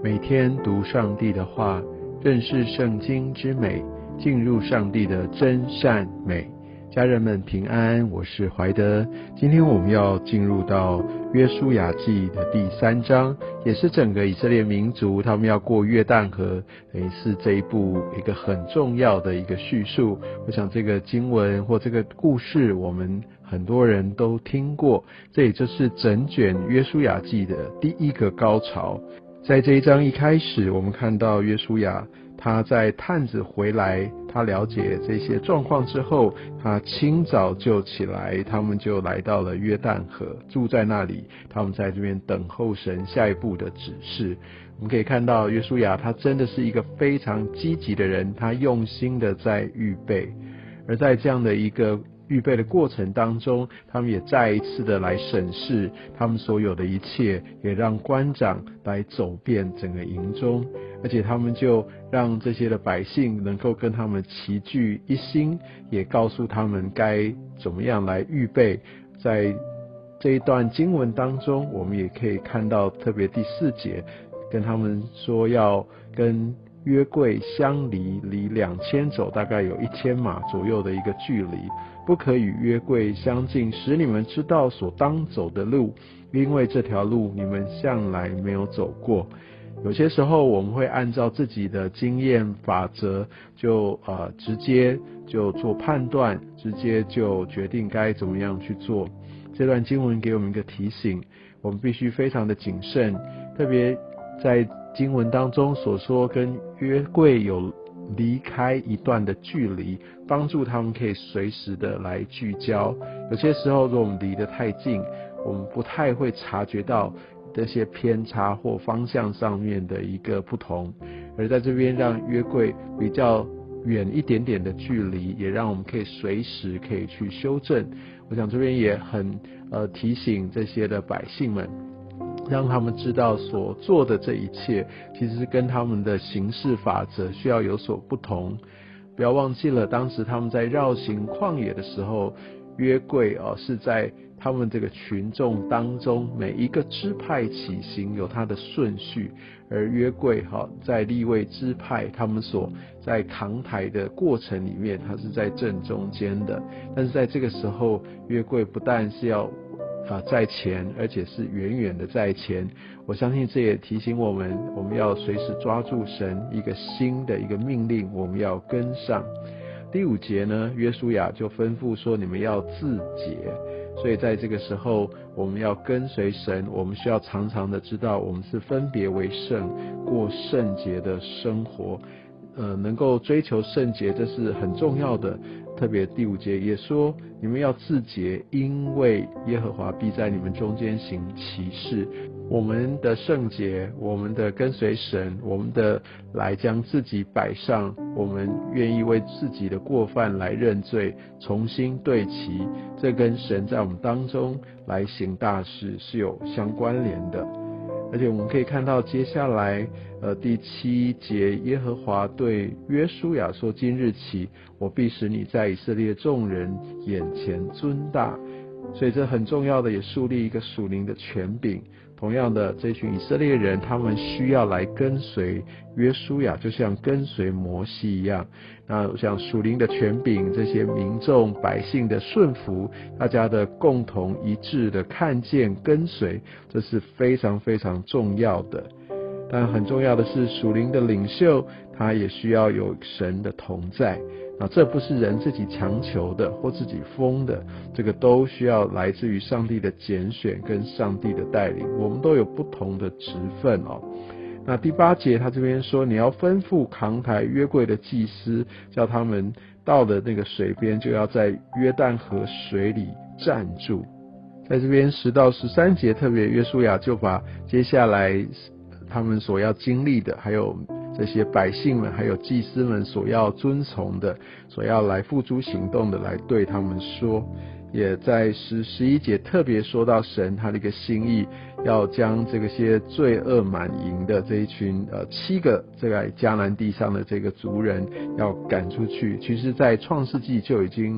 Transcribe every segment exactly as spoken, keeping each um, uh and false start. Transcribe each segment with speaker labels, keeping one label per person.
Speaker 1: 每天读上帝的话，认识圣经之美，进入上帝的真善美。家人们平安，我是怀德。今天我们要进入到约书亚记的第三章，也是整个以色列民族他们要过约旦河，等于是这一部一个很重要的一个叙述。我想这个经文或这个故事我们很多人都听过，这也就是整卷约书亚记的第一个高潮。在这一章一开始，我们看到约书亚他在探子回来，他了解这些状况之后，他清早就起来，他们就来到了约旦河，住在那里，他们在这边等候神下一步的指示。我们可以看到约书亚他真的是一个非常积极的人，他用心的在预备，而在这样的一个预备的过程当中，他们也再一次的来审视他们所有的一切，也让官长来走遍整个营中，而且他们就让这些的百姓能够跟他们齐聚一心，也告诉他们该怎么样来预备。在这一段经文当中，我们也可以看到特别第四节跟他们说要跟约柜相离，离两千走，大概有一千码左右的一个距离，不可与约柜相近，使你们知道所当走的路，因为这条路你们向来没有走过。有些时候我们会按照自己的经验法则，就呃直接就做判断，直接就决定该怎么样去做。这段经文给我们一个提醒，我们必须非常的谨慎，特别在经文当中所说跟约柜有离开一段的距离，帮助他们可以随时的来聚焦。有些时候如果我们离得太近，我们不太会察觉到这些偏差或方向上面的一个不同，而在这边让约柜比较远一点点的距离，也让我们可以随时可以去修正。我想这边也很呃提醒这些的百姓们，让他们知道所做的这一切其实跟他们的行事法则需要有所不同。不要忘记了当时他们在绕行旷野的时候，约柜哦是在他们这个群众当中每一个支派起行有它的顺序，而约柜哈在利未支派他们所在扛抬的过程里面，它是在正中间的。但是在这个时候，约柜不但是要啊在前，而且是远远的在前。我相信这也提醒我们，我们要随时抓住神一个新的一个命令，我们要跟上。第五节呢，约书亚就吩咐说，你们要自洁。所以在这个时候，我们要跟随神，我们需要常常的知道，我们是分别为圣，过圣洁的生活。呃，能够追求圣洁，这是很重要的。特别第五节也说，你们要自洁，因为耶和华必在你们中间行奇事。我们的圣洁，我们的跟随神，我们的来将自己摆上，我们愿意为自己的过犯来认罪，重新对齐，这跟神在我们当中来行大事是有相关联的。而且我们可以看到接下来呃第七节，耶和华对约书亚说，今日起我必使你在以色列众人眼前尊大。所以这很重要的，也树立一个属灵的权柄。同样的，这群以色列人他们需要来跟随约书亚，就像跟随摩西一样。那我想属灵的权柄，这些民众百姓的顺服，大家的共同一致的看见跟随，这是非常非常重要的。但很重要的是，属灵的领袖他也需要有神的同在。那这不是人自己强求的或自己封的，这个都需要来自于上帝的拣选跟上帝的带领。我们都有不同的职分哦。那第八节他这边说，你要吩咐扛抬约柜的祭司，叫他们到了那个水边，就要在约旦河水里站住。在这边十到十三节，特别约书亚就把接下来他们所要经历的，还有这些百姓们还有祭司们所要遵从的，所要来付诸行动的，来对他们说。也在十十一节特别说到神他的一个心意，要将这个些罪恶满盈的这一群呃七个这个迦南地上的这个族人要赶出去。其实在创世纪就已经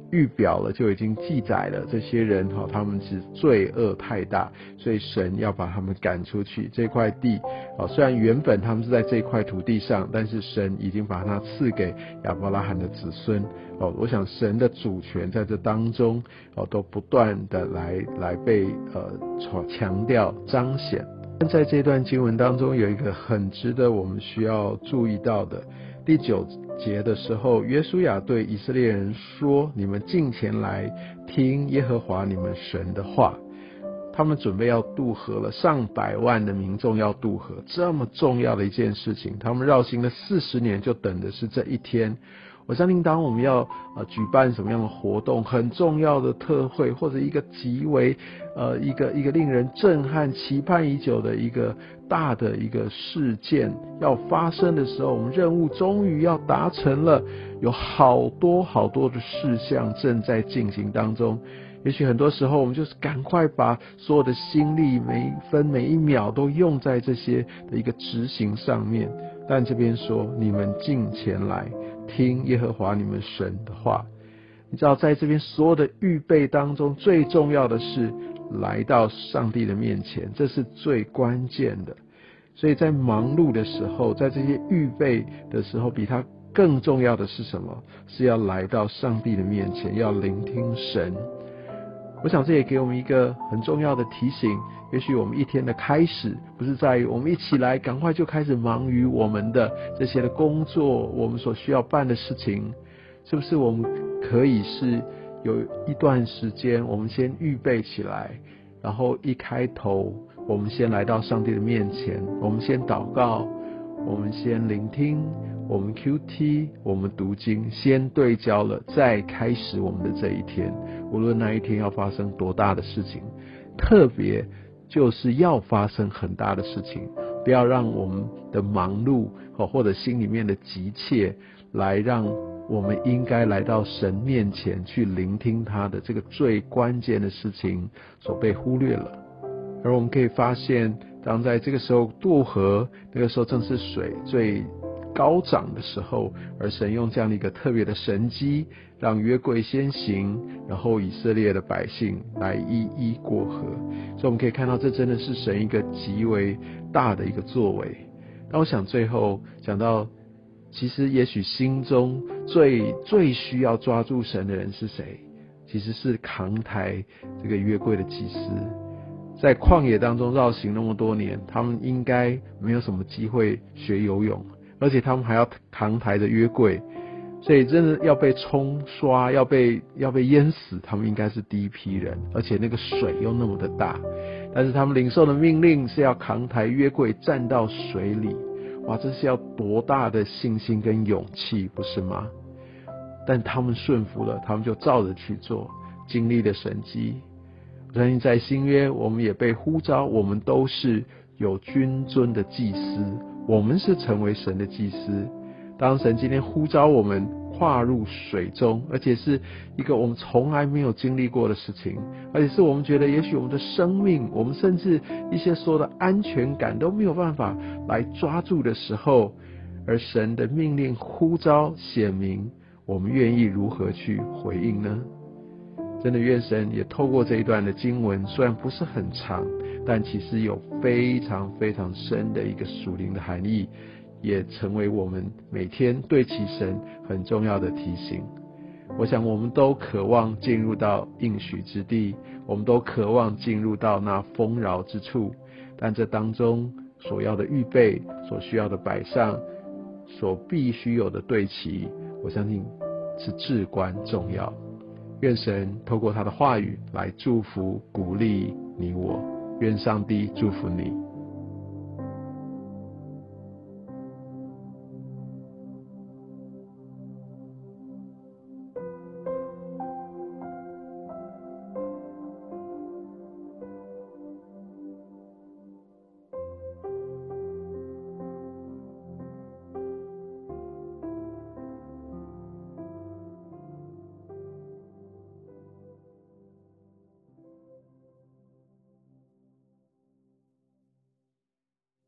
Speaker 1: 预表了，就已经记载了这些人哈，他们是罪恶太大，所以神要把他们赶出去。这块地啊，虽然原本他们是在这块土地上，但是神已经把它赐给亚伯拉罕的子孙哦。我想神的主权在这当中哦，都不断的来来被呃强调彰显。在这段经文当中，有一个很值得我们需要注意到的。第九节的时候，约书亚对以色列人说：你们近前来听耶和华你们神的话。他们准备要渡河了，上百万的民众要渡河，这么重要的一件事情，他们绕行了四十年，就等的是这一天。我相信当我们要呃举办什么样的活动，很重要的特会，或者一个极为呃一个一个令人震撼、期盼已久的一个大的一个事件要发生的时候，我们任务终于要达成了，有好多好多的事项正在进行当中。也许很多时候我们就是赶快把所有的心力每一分每一秒都用在这些的一个执行上面，但这边说你们近前来听耶和华你们神的话。你知道在这边所有的预备当中，最重要的是来到上帝的面前，这是最关键的。所以在忙碌的时候，在这些预备的时候，比它更重要的是什么？是要来到上帝的面前，要聆听神。我想这也给我们一个很重要的提醒，也许我们一天的开始不是在于我们一起来赶快就开始忙于我们的这些的工作，我们所需要办的事情，是不是我们可以是有一段时间我们先预备起来，然后一开头我们先来到上帝的面前，我们先祷告，我们先聆听，我们 Q T， 我们读经，先对焦了，再开始我们的这一天。无论那一天要发生多大的事情，特别就是要发生很大的事情，不要让我们的忙碌或者心里面的急切来让我们应该来到神面前去聆听他的这个最关键的事情所被忽略了。而我们可以发现，当在这个时候渡河，那个时候正是水最高涨的时候，而神用这样的一个特别的神机，让约柜先行，然后以色列的百姓来一一过河。所以我们可以看到，这真的是神一个极为大的一个作为。但我想最后讲到，其实也许心中最最需要抓住神的人是谁？其实是扛抬这个约柜的祭司。在旷野当中绕行那么多年，他们应该没有什么机会学游泳，而且他们还要扛抬着约柜，所以真的要被冲刷，要被要被淹死，他们应该是第一批人，而且那个水又那么的大，但是他们领受的命令是要扛抬约柜站到水里，哇，这是要多大的信心跟勇气，不是吗？但他们顺服了，他们就照着去做，经历了神迹。我相信在新约，我们也被呼召，我们都是有君尊的祭司，我们是成为神的祭司。当神今天呼召我们跨入水中，而且是一个我们从来没有经历过的事情，而且是我们觉得也许我们的生命，我们甚至一些所有的安全感都没有办法来抓住的时候，而神的命令呼召显明，我们愿意如何去回应呢？真的愿神也透过这一段的经文，虽然不是很长，但其实有非常非常深的一个属灵的含义，也成为我们每天对齐神很重要的提醒。我想我们都渴望进入到应许之地，我们都渴望进入到那丰饶之处，但这当中所要的预备，所需要的摆上，所必须有的对齐，我相信是至关重要。愿神透过他的话语来祝福鼓励你我，愿上帝祝福你。